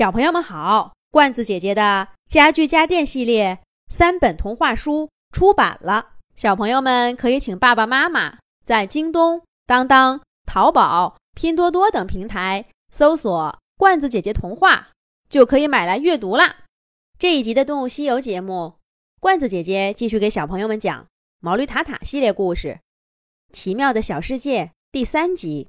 小朋友们好，罐子姐姐的家具家电系列3本童话书出版了，小朋友们可以请爸爸妈妈在京东、当当、淘宝、拼多多等平台搜索罐子姐姐童话，就可以买来阅读啦。这一集的动物西游节目，罐子姐姐继续给小朋友们讲毛驴塔塔系列故事奇妙的小世界第3集。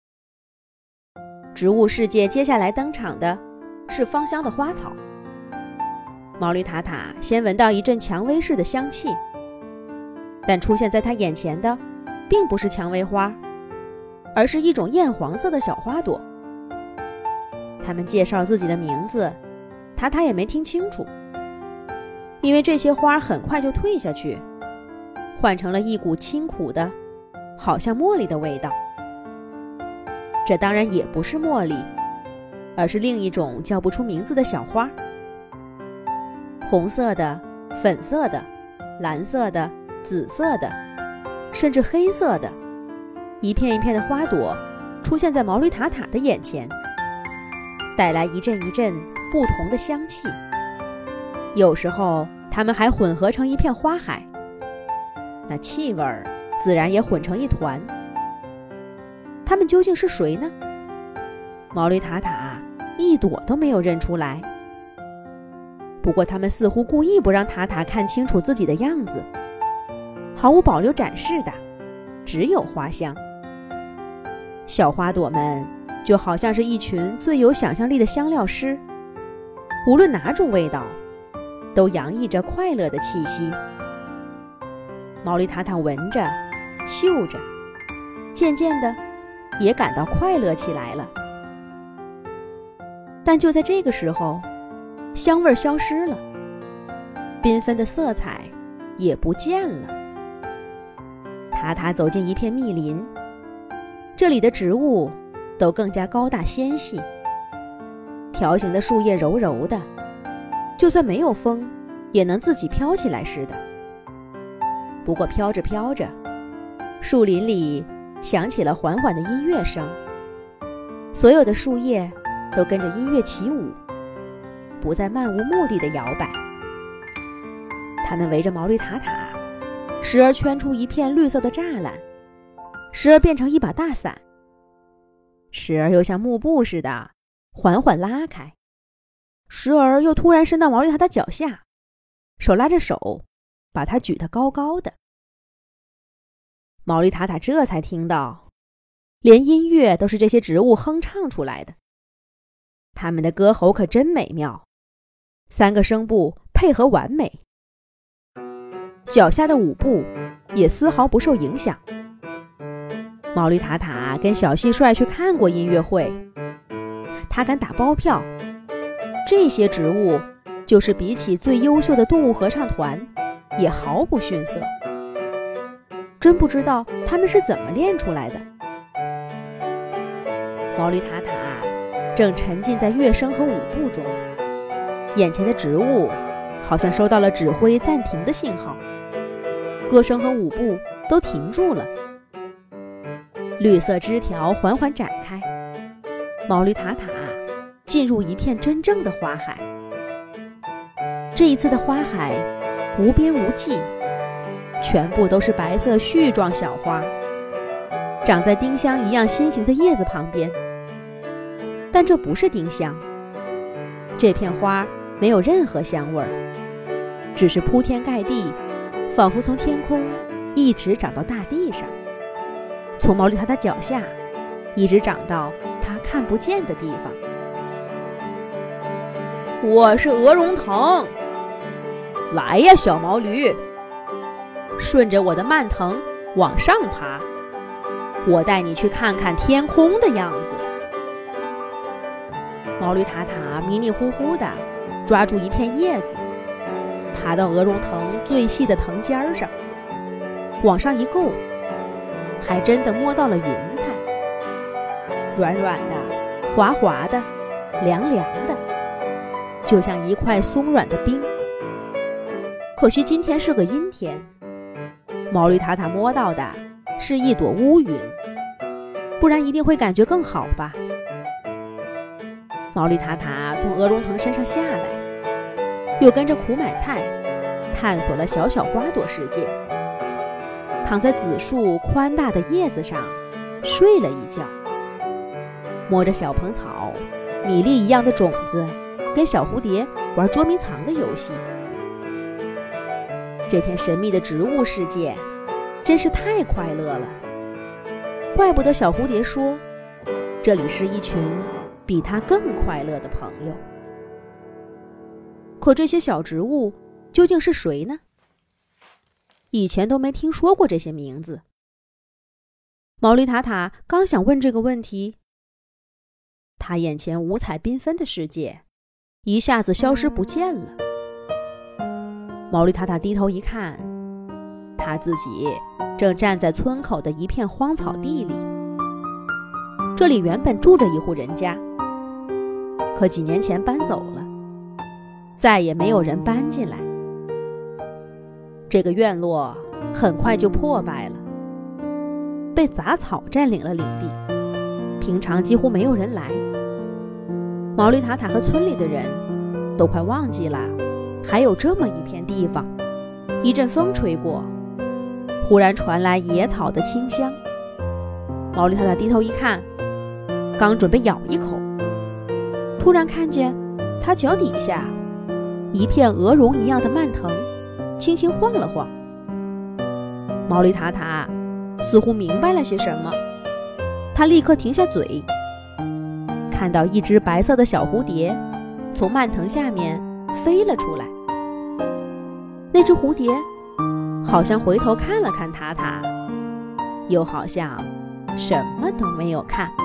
植物世界接下来登场的是芳香的花草。毛驴塔塔先闻到一阵蔷薇似的香气，但出现在他眼前的并不是蔷薇花，而是一种艳黄色的小花朵。他们介绍自己的名字，塔塔也没听清楚，因为这些花很快就退下去，换成了一股清苦的好像茉莉的味道。这当然也不是茉莉，而是另一种叫不出名字的小花。红色的、粉色的、蓝色的、紫色的，甚至黑色的，一片一片的花朵出现在毛驴塔塔的眼前，带来一阵一阵不同的香气。有时候它们还混合成一片花海，那气味自然也混成一团。它们究竟是谁呢？毛驴塔塔一朵都没有认出来。不过他们似乎故意不让塔塔看清楚自己的样子，毫无保留展示的只有花香。小花朵们就好像是一群最有想象力的香料师，无论哪种味道都洋溢着快乐的气息。毛驴塔塔闻着嗅着，渐渐的也感到快乐起来了。但就在这个时候，香味消失了，缤纷的色彩也不见了。塔塔走进一片密林，这里的植物都更加高大纤细，条形的树叶柔柔的，就算没有风也能自己飘起来似的。不过飘着飘着，树林里响起了缓缓的音乐声，所有的树叶都跟着音乐起舞，不再漫无目的地摇摆。它们围着毛驴塔塔，时而圈出一片绿色的栅栏，时而变成一把大伞，时而又像幕布似的缓缓拉开，时而又突然伸到毛驴塔塔脚下，手拉着手把它举得高高的。毛驴塔塔这才听到，连音乐都是这些植物哼唱出来的。它们的歌喉可真美妙，3个声部配合完美，脚下的舞步也丝毫不受影响。毛驴塔塔跟小蟋蟀去看过音乐会，他敢打包票，这些植物就是比起最优秀的动物合唱团也毫不逊色。真不知道他们是怎么练出来的。毛驴塔塔正沉浸在乐声和舞步中，眼前的植物好像收到了指挥暂停的信号，歌声和舞步都停住了。绿色枝条缓缓展开，毛驴塔塔进入一片真正的花海。这一次的花海无边无际，全部都是白色絮状小花，长在丁香一样心形的叶子旁边。但这不是丁香，这片花没有任何香味儿，只是铺天盖地，仿佛从天空一直长到大地上，从毛驴塔塔脚下一直长到它看不见的地方。我是鹅绒藤，来呀小毛驴，顺着我的蔓藤往上爬，我带你去看看天空的样子。毛驴塔塔迷迷糊糊地抓住一片叶子，爬到鹅绒藤最细的藤尖上，往上一够，还真的摸到了云彩，软软的、滑滑的、凉凉的，就像一块松软的冰。可惜今天是个阴天，毛驴塔塔摸到的是一朵乌云，不然一定会感觉更好吧。毛驴塔塔塔从鹅绒藤身上下来，又跟着苦买菜探索了小小花朵世界，躺在紫树宽大的叶子上睡了一觉，摸着小蓬草、米粒一样的种子，跟小蝴蝶玩捉迷藏的游戏。这片神秘的植物世界真是太快乐了，怪不得小蝴蝶说，这里是一群比它更快乐的朋友。可这些小植物究竟是谁呢？以前都没听说过这些名字。毛驴塔塔刚想问这个问题，他眼前五彩缤纷的世界一下子消失不见了。毛驴塔塔低头一看，他自己正站在村口的一片荒草地里。这里原本住着一户人家，可几年前搬走了，再也没有人搬进来。这个院落很快就破败了，被杂草占领了领地，平常几乎没有人来。毛驴塔塔和村里的人都快忘记了还有这么一片地方。一阵风吹过，忽然传来野草的清香。毛驴塔塔低头一看，刚准备咬一口，突然看见他脚底下一片鹅绒一样的蔓藤轻轻晃了晃。毛驴塔塔似乎明白了些什么，他立刻停下嘴，看到一只白色的小蝴蝶从蔓藤下面飞了出来。那只蝴蝶好像回头看了看塔塔，又好像什么都没有看。